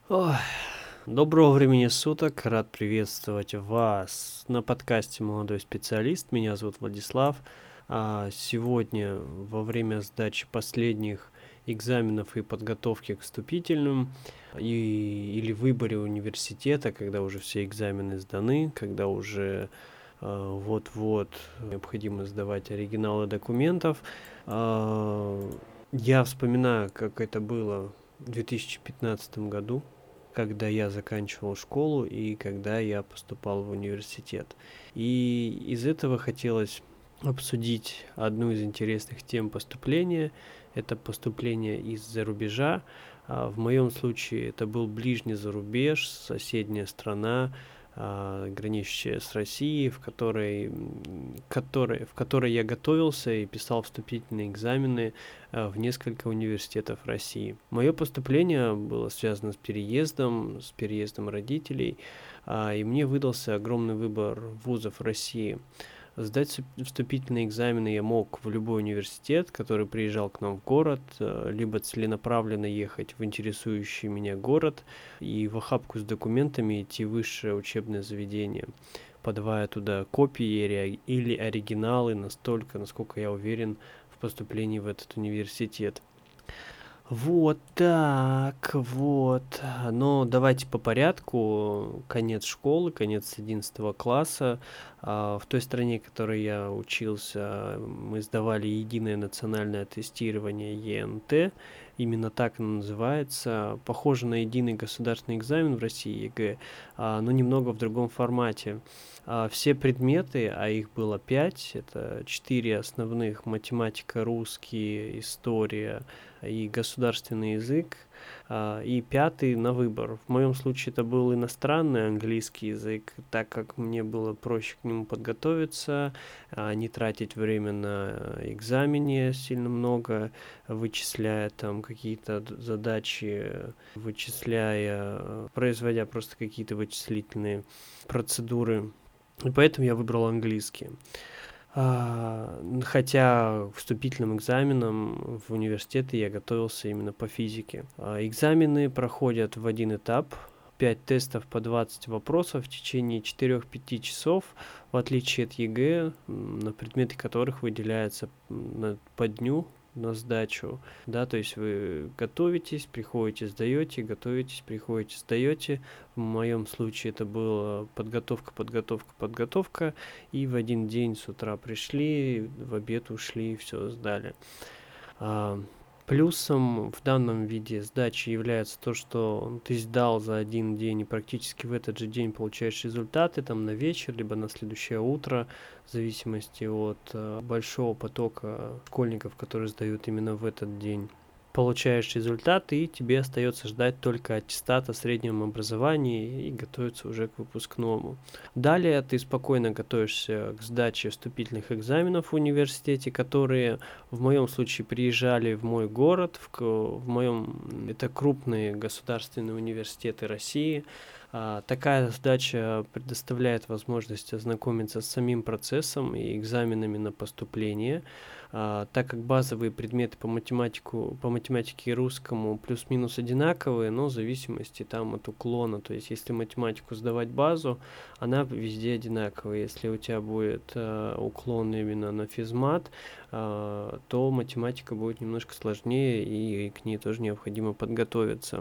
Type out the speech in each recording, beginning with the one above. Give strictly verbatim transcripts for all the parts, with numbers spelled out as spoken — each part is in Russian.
Ой, доброго времени суток, рад приветствовать вас на подкасте «Молодой специалист». Меня зовут Владислав. А Сегодня во время сдачи последних экзаменов и подготовки к вступительным и, или выборе университета, когда уже все экзамены сданы, когда уже а, вот-вот необходимо сдавать оригиналы документов, а, я вспоминаю, как это было в две тысячи пятнадцатом году, когда я заканчивал школу и когда я поступал в университет. И из этого хотелось обсудить одну из интересных тем поступления. Это поступление из-за рубежа. А В моем случае это был ближний зарубеж, соседняя страна, а, граничащая с Россией, в которой, м, которой, в которой я готовился и писал вступительные экзамены а, в несколько университетов России. Мое поступление было связано с переездом, с переездом родителей, а, и мне выдался огромный выбор вузов России. Сдать вступ- вступительные экзамены я мог в любой университет, который приезжал к нам в город, э, либо целенаправленно ехать в интересующий меня город и в охапку с документами идти в высшее учебное заведение, подавая туда копии или или оригиналы настолько, насколько я уверен в поступлении в этот университет. Вот так вот. Но давайте по порядку. Конец школы, конец одиннадцатого класса. А, В той стране, в которой я учился, мы сдавали единое национальное тестирование Е Н Т. Именно так оно называется. Похоже на единый государственный экзамен в России Е Г Э, а, но немного в другом формате. А, Все предметы, а их было пять, это четыре основных: математика, русский, история и государственный язык, а, и пятый на выбор. В моем случае это был иностранный английский язык, так как мне было проще к нему подготовиться, а, не тратить время на экзамене сильно много, вычисляя там какие-то д- задачи, вычисляя, э, производя просто какие-то вычислительные процедуры. И поэтому я выбрал английский. А, Хотя к вступительным экзаменам в университеты я готовился именно по физике. А, Экзамены проходят в один этап. Пять тестов по двадцать вопросов в течение четырех-пяти часов, в отличие от Е Г Э, м, на предметы которых выделяется м, на- по дню на сдачу, да, то есть вы готовитесь, приходите, сдаете, готовитесь, приходите, сдаете. В моем случае это было подготовка, подготовка, подготовка, и в один день с утра пришли, в обед ушли, все сдали. А, Плюсом в данном виде сдачи является то, что ты сдал за один день и практически в этот же день получаешь результаты, там на вечер, либо на следующее утро, в зависимости от э, большого потока школьников, которые сдают именно в этот день. Получаешь результаты, и тебе остается ждать только аттестат о среднем образовании и готовиться уже к выпускному. Далее ты спокойно готовишься к сдаче вступительных экзаменов в университете, которые в моем случае приезжали в мой город, в, к- в моем это крупные государственные университеты России. А, такая сдача предоставляет возможность ознакомиться с самим процессом и экзаменами на поступление. А, так как базовые предметы по математику, по математике и русскому плюс-минус одинаковые, но в зависимости там от уклона. То есть, если математику сдавать базу, она везде одинаковая. Если у тебя будет э, уклон именно на физмат, э, то математика будет немножко сложнее, и к ней тоже необходимо подготовиться.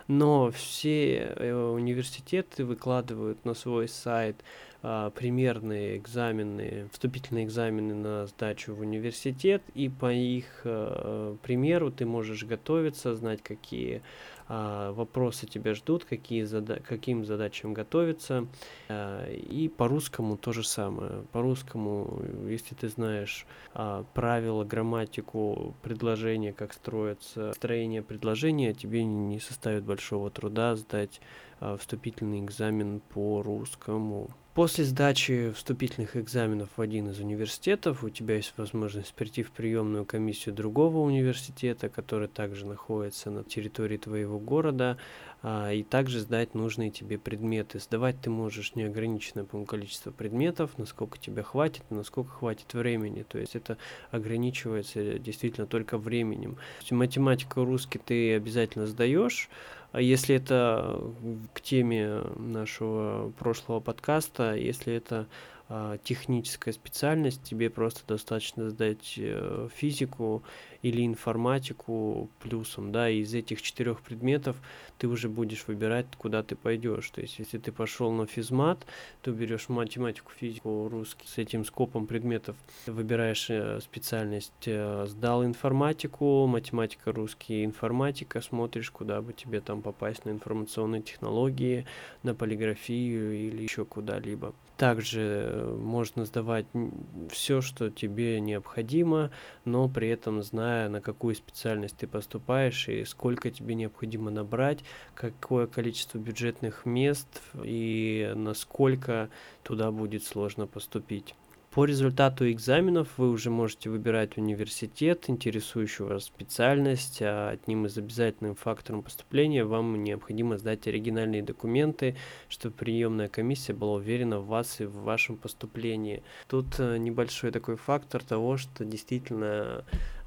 Но все э, университеты выкладывают на свой сайт а, примерные экзамены, вступительные экзамены на сдачу в университет, и по их э, примеру ты можешь готовиться, знать, какие а, вопросы тебя ждут, какие зада- каким задачам готовиться. А, И по русскому то же самое. По русскому, если ты знаешь а, правила, грамматику, предложения, как строится строение предложения, тебе не составит большого труда сдать а, вступительный экзамен по русскому. После сдачи вступительных экзаменов в один из университетов у тебя есть возможность прийти в приемную комиссию другого университета, который также находится на территории твоего города, а, и также сдать нужные тебе предметы. Сдавать ты можешь неограниченное по количеству предметов, насколько тебе хватит, насколько хватит времени. То есть это ограничивается действительно только временем. Математику, русский ты обязательно сдаешь, А если это к теме нашего прошлого подкаста, если это а, техническая специальность, тебе просто достаточно сдать э, физику или информатику плюсом, да, и из этих четырех предметов ты уже будешь выбирать, куда ты пойдешь. То есть, если ты пошел на физмат, ты берешь математику, физику, русский с этим скопом предметов, выбираешь э, специальность, э, сдал информатику, математика, русский, информатика, смотришь, куда бы тебе там попасть, на информационные технологии, на полиграфию или еще куда-либо. Также можно сдавать все, что тебе необходимо, но при этом зная, на какую специальность ты поступаешь и сколько тебе необходимо набрать, какое количество бюджетных мест и насколько туда будет сложно поступить. По результату экзаменов вы уже можете выбирать университет, интересующую вас специальность. А одним из обязательных факторов поступления вам необходимо сдать оригинальные документы, чтобы приемная комиссия была уверена в вас и в вашем поступлении. Тут небольшой такой фактор того, что действительно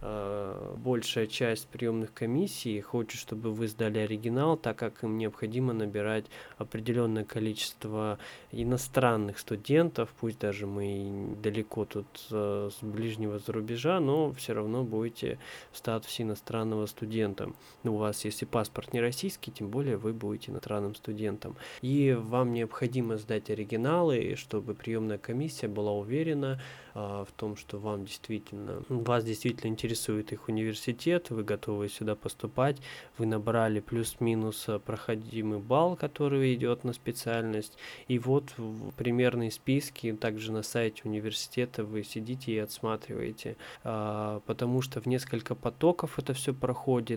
большая часть приемных комиссий хочет, чтобы вы сдали оригинал, так как им необходимо набирать определенное количество иностранных студентов, пусть даже мы далеко тут э, с ближнего зарубежа, но все равно будете в статусе иностранного студента. У вас, если паспорт не российский, тем более вы будете иностранным студентом. И вам необходимо сдать оригиналы, чтобы приемная комиссия была уверена э, в том, что вам действительно, вас действительно интересует их университет, вы готовы сюда поступать, вы набрали плюс-минус проходимый балл, который идет на специальность, и вот примерные списки также на сайте университета вы сидите и отсматриваете, потому что в несколько потоков это все проходит,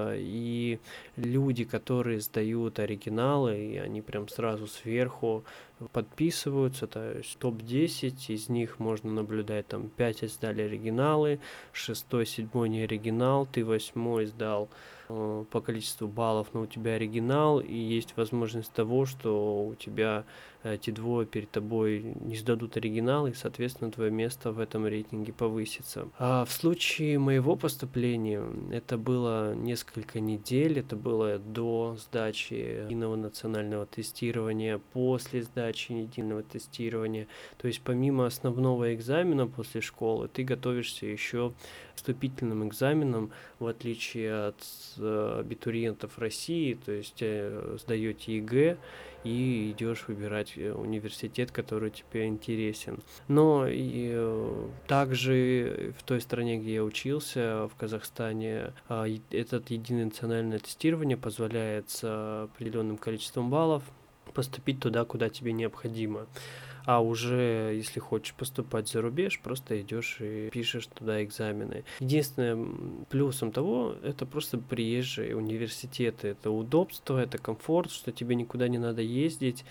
и люди, которые сдают оригиналы, и они прям сразу сверху подписываются, то есть топ десять, из них можно наблюдать, там пять сдали оригиналы, шестой, седьмой не оригинал, ты восьмой сдал э, по количеству баллов, но у тебя оригинал, и есть возможность того, что у тебя эти двое перед тобой не сдадут оригинал, и, соответственно, твое место в этом рейтинге повысится. А в случае моего поступления это было несколько недель, это было до сдачи единого национального тестирования, после сдачи единого тестирования. То есть помимо основного экзамена после школы, ты готовишься еще к вступительным экзаменам, в отличие от э, абитуриентов России, то есть э, сдаете ЕГЭ, и идешь выбирать университет, который тебе интересен. Но и э, также в той стране, где я учился, в Казахстане, э, этот единое национальное тестирование позволяет с определенным количеством баллов поступить туда, куда тебе необходимо. А уже, если хочешь поступать за рубеж, просто идешь и пишешь туда экзамены. Единственным плюсом того, это просто приезжие университеты. Это удобство, это комфорт, что тебе никуда не надо ездить.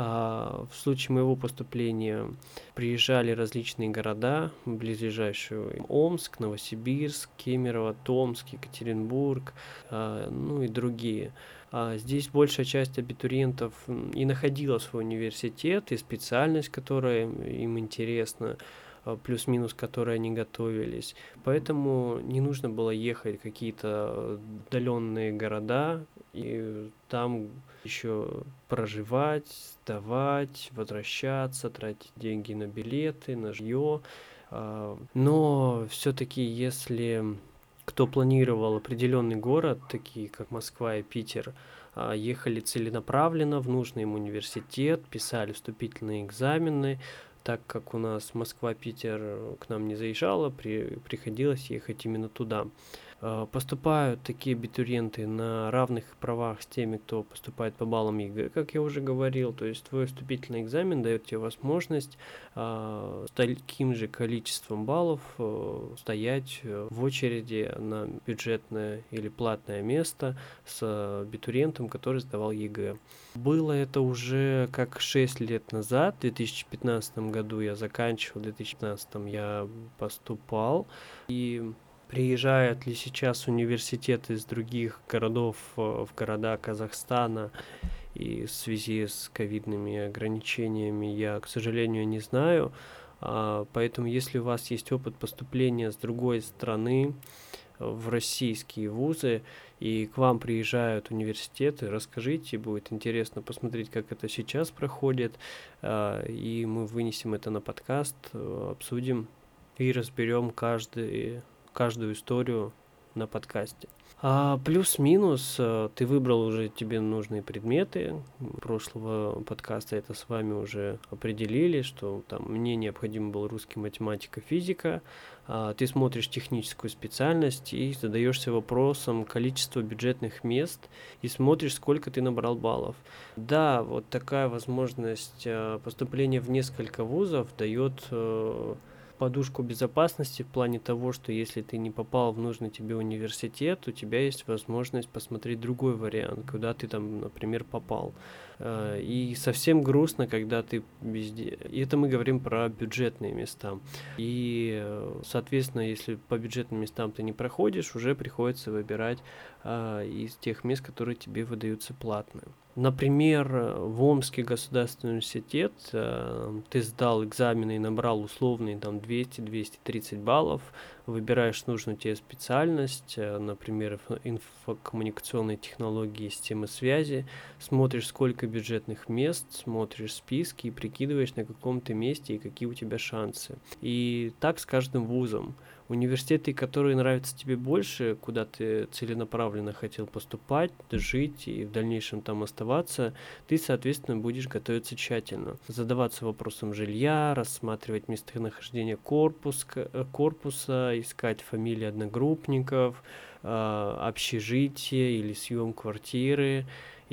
А в случае моего поступления приезжали различные города, близлежащие: Омск, Новосибирск, Кемерово, Томск, Екатеринбург, а, ну и другие. А здесь большая часть абитуриентов и находила свой университет, и специальность, которая им интересна, плюс-минус, к которой они готовились. Поэтому не нужно было ехать в какие-то отдаленные города и там еще проживать, сдавать, возвращаться, тратить деньги на билеты, на жилье. Но все-таки, если кто планировал определенный город, такие как Москва и Питер, ехали целенаправленно в нужный им университет, писали вступительные экзамены. Так как у нас Москва-Питер к нам не заезжала, при, приходилось ехать именно туда. Поступают такие абитуриенты на равных правах с теми, кто поступает по баллам ЕГЭ, как я уже говорил. То есть твой вступительный экзамен дает тебе возможность а, с таким же количеством баллов а, стоять в очереди на бюджетное или платное место с абитуриентом, который сдавал ЕГЭ. Было это уже как шесть лет назад, в две тысячи пятнадцатом году я заканчивал, в две тысячи пятнадцатом я поступал. И приезжают ли сейчас университеты из других городов в города Казахстана, и в связи с ковидными ограничениями я, к сожалению, не знаю. Поэтому, если у вас есть опыт поступления с другой страны, в российские вузы, и к вам приезжают университеты, расскажите, будет интересно посмотреть, как это сейчас проходит, а, и мы вынесем это на подкаст, э, обсудим и разберем каждый, каждую историю на подкасте. А плюс-минус, э, ты выбрал уже тебе нужные предметы. Прошлого подкаста это с вами уже определили, что там мне необходим был русский, математика, физика. А ты смотришь техническую специальность и задаешься вопросом количества бюджетных мест и смотришь, сколько ты набрал баллов. Да, вот такая возможность э, поступления в несколько вузов дает э, подушку безопасности в плане того, что если ты не попал в нужный тебе университет, у тебя есть возможность посмотреть другой вариант, куда ты там, например, попал. Э, И совсем грустно, когда ты везде... И это мы говорим про бюджетные места. И, э, соответственно, если по бюджетным местам ты не проходишь, уже приходится выбирать э, из тех мест, которые тебе выдаются платные. Например, в Омский государственный университет э, ты сдал экзамены и набрал условные там двести - двести тридцать баллов, выбираешь нужную тебе специальность, э, например, инфо- инфокоммуникационные технологии и системы связи, смотришь, сколько бюджетных мест, смотришь списки и прикидываешь, на каком ты месте и какие у тебя шансы. И так с каждым вузом. Университеты, которые нравятся тебе больше, куда ты целенаправленно хотел поступать, жить и в дальнейшем там оставаться, ты, соответственно, будешь готовиться тщательно. Задаваться вопросом жилья, рассматривать местонахождение корпус, корпуса, искать фамилии одногруппников, общежитие или съем квартиры.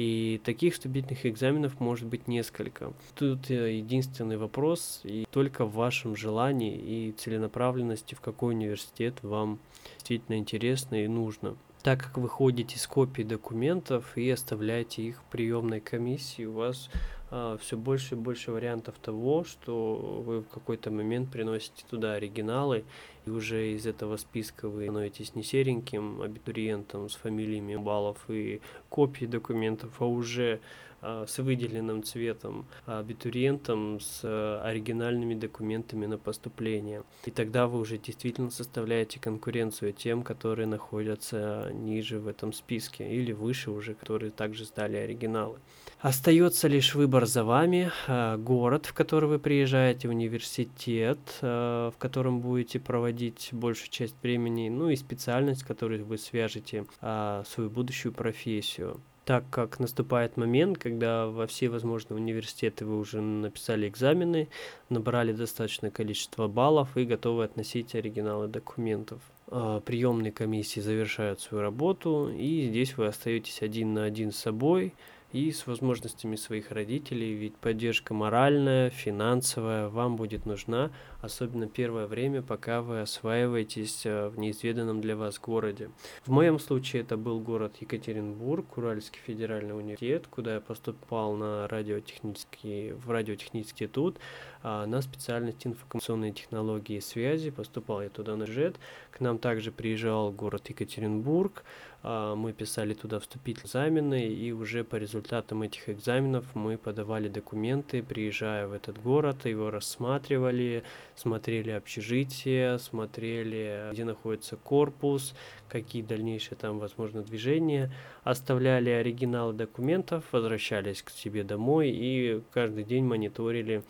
И таких вступительных экзаменов может быть несколько. Тут единственный вопрос и только в вашем желании и целенаправленности, в какой университет вам действительно интересно и нужно. Так как вы ходите с копией документов и оставляете их в приемной комиссии, у вас а, все больше и больше вариантов того, что вы в какой-то момент приносите туда оригиналы, и уже из этого списка вы становитесь не сереньким абитуриентом с фамилиями баллов и копией документов, а уже а, с выделенным цветом абитуриентом с а, оригинальными документами на поступление. И тогда вы уже действительно составляете конкуренцию тем, которые находятся ниже в этом списке или выше уже, которые также сдали оригиналы. Остается лишь выбор за вами, город, в который вы приезжаете, университет, в котором будете проводить большую часть времени, ну и специальность, в которой вы свяжете свою будущую профессию. Так как наступает момент, когда во все возможные университеты вы уже написали экзамены, набрали достаточное количество баллов и готовы относить оригиналы документов. Приемные комиссии завершают свою работу, и здесь вы остаетесь один на один с собой и с возможностями своих родителей, ведь поддержка моральная, финансовая вам будет нужна, особенно первое время, пока вы осваиваетесь в неизведанном для вас городе. В моем случае это был город Екатеринбург, Уральский федеральный университет, куда я поступал на радиотехнический, в радиотехнический институт, а на специальность информационные технологии и связи. Поступал я туда на ЖЭД. К нам также приезжал город Екатеринбург. Мы писали туда вступительные экзамены, и уже по результатам этих экзаменов мы подавали документы, приезжая в этот город, его рассматривали, смотрели общежитие, смотрели, где находится корпус, какие дальнейшие там, возможно, движения, оставляли оригиналы документов, возвращались к себе домой и каждый день мониторили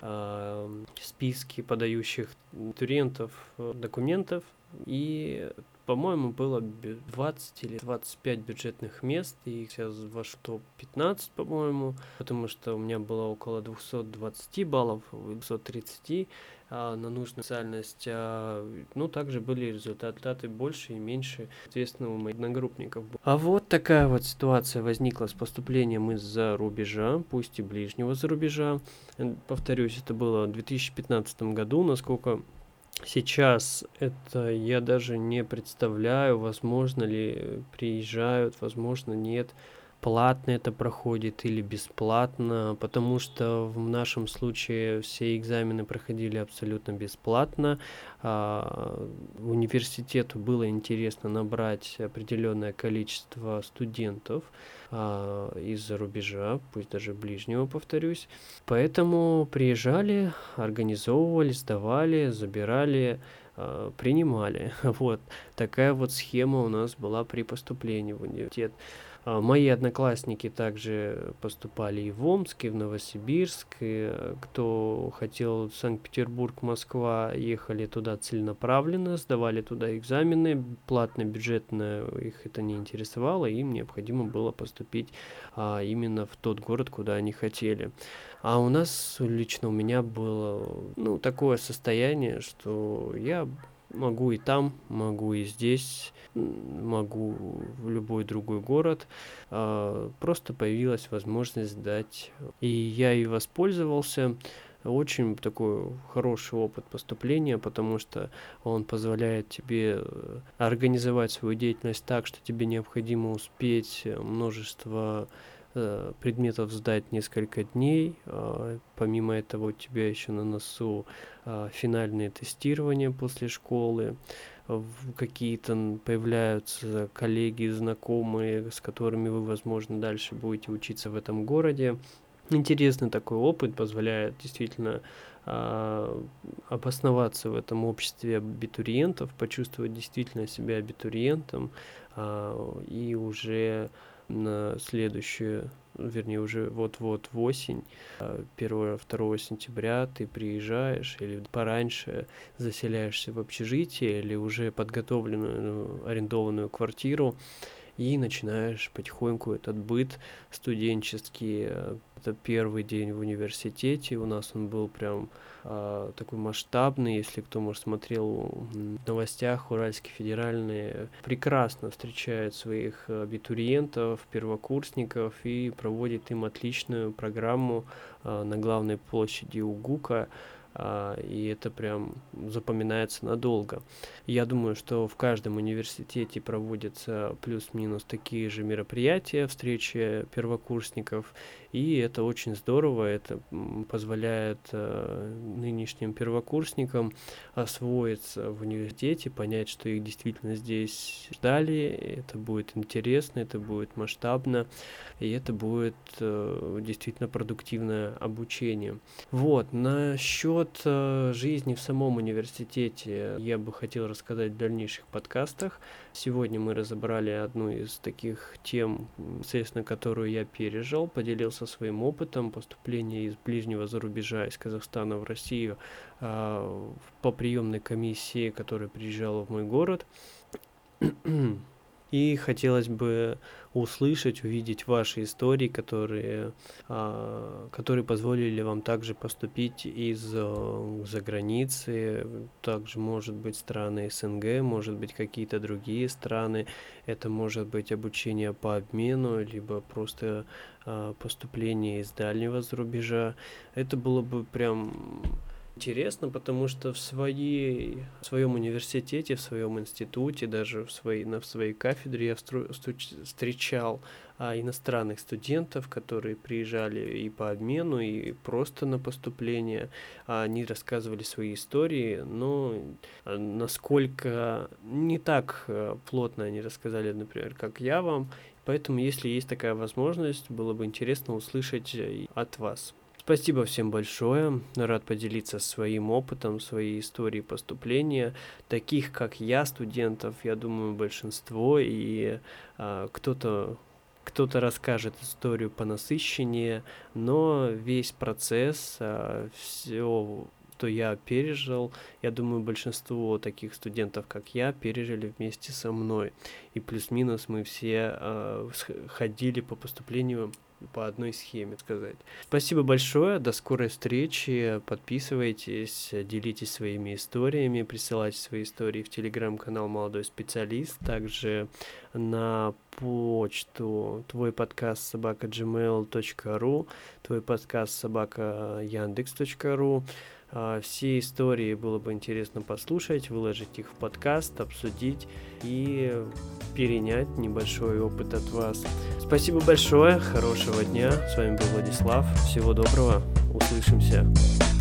э, списки подающих абитуриентов документов. И, по-моему, было двадцать или двадцать пять бюджетных мест, и сейчас вошло топ пятнадцать, по-моему, потому что у меня было около двести двадцать баллов, двести тридцать а, на нужную специальность. А, ну, также были результаты больше и меньше, соответственно, у моих одногруппников. А вот такая вот ситуация возникла с поступлением из-за рубежа, пусть и ближнего зарубежа. Повторюсь, это было в две тысячи пятнадцатом году, насколько... Сейчас это я даже не представляю, возможно ли приезжают, возможно нет, платно это проходит или бесплатно, потому что в нашем случае все экзамены проходили абсолютно бесплатно. А, университету было интересно набрать определенное количество студентов а, из-за рубежа, пусть даже ближнего, повторюсь. Поэтому приезжали, организовывали, сдавали, забирали э, принимали. Вот такая вот схема у нас была при поступлении в университет. А, Мои одноклассники также поступали и в Омск, и в Новосибирск. И э, кто хотел в Санкт-Петербург, Москва, ехали туда целенаправленно, сдавали туда экзамены. Платно, бюджетно их это не интересовало, им необходимо было поступить а, именно в тот город, куда они хотели. А у нас, лично у меня было, ну, такое состояние, что я могу и там, могу и здесь, м, могу в любой другой город. А, Просто появилась возможность сдать. И я и воспользовался. Очень такой хороший опыт поступления, потому что он позволяет тебе э, организовать свою деятельность так, что тебе необходимо успеть э, множество э, предметов сдать несколько дней. А, Помимо этого у тебя еще на носу а, финальные тестирования после школы. В- Какие-то н- появляются коллеги, знакомые, с которыми вы, возможно, дальше будете учиться в этом городе. Интересный такой опыт позволяет действительно а, обосноваться в этом обществе абитуриентов, почувствовать действительно себя абитуриентом, а, и уже на следующую, вернее, уже вот-вот в осень, первого-второго сентября ты приезжаешь или пораньше заселяешься в общежитие или уже подготовленную ну, арендованную квартиру и начинаешь потихоньку этот быт студенческий. э, Это первый день в университете. У нас он был прям а, такой масштабный. Если кто, может, смотрел м, в новостях, Уральский федеральный прекрасно встречает своих абитуриентов, первокурсников и проводит им отличную программу а, на главной площади УГУКа. А, и это прям запоминается надолго. Я думаю, что в каждом университете проводятся плюс-минус такие же мероприятия, встречи первокурсников, и это очень здорово, это м, позволяет э, нынешним первокурсникам освоиться в университете, понять, что их действительно здесь ждали, это будет интересно, это будет масштабно, и это будет э, действительно продуктивное обучение. Вот, насчет э, жизни в самом университете я бы хотел рассказать в дальнейших подкастах. Сегодня мы разобрали одну из таких тем, м, естественно, которую я пережил, поделился своим опытом поступления из ближнего зарубежа, из Казахстана в Россию, а, по приемной комиссии, которая приезжала в мой город. И хотелось бы услышать, увидеть ваши истории, которые, а, которые позволили вам также поступить из-за границы, также может быть страны СНГ, может быть какие-то другие страны, это может быть обучение по обмену, либо просто а, поступление из дальнего зарубежа. Это было бы прям интересно, потому что в своей, в своем университете, в своем институте, даже в своей, на в своей кафедре я встру- стуч- встречал а, иностранных студентов, которые приезжали и по обмену, и просто на поступление. А, Они рассказывали свои истории, но а, насколько не так а, плотно они рассказали, например, как я вам. Поэтому, если есть такая возможность, было бы интересно услышать э, от вас. Спасибо всем большое. Рад поделиться своим опытом, своей историей поступления. Таких, как я, студентов, я думаю, большинство. И а, кто-то кто-то расскажет историю понасыщеннее, но весь процесс, а, все, что я пережил, я думаю, большинство таких студентов, как я, пережили вместе со мной. И плюс-минус мы все а, сх- ходили по поступлению по одной схеме, сказать. Спасибо большое, до скорой встречи, подписывайтесь, делитесь своими историями, присылайте свои истории в телеграм-канал «Молодой специалист», также на почту твой подкаст собака gmail точка ру, твой подкаст собака яндекс точка ру. А, Все истории было бы интересно послушать, выложить их в подкаст, обсудить и перенять небольшой опыт от вас. Спасибо большое, хорошего дня. С вами был Владислав. Всего доброго. Услышимся.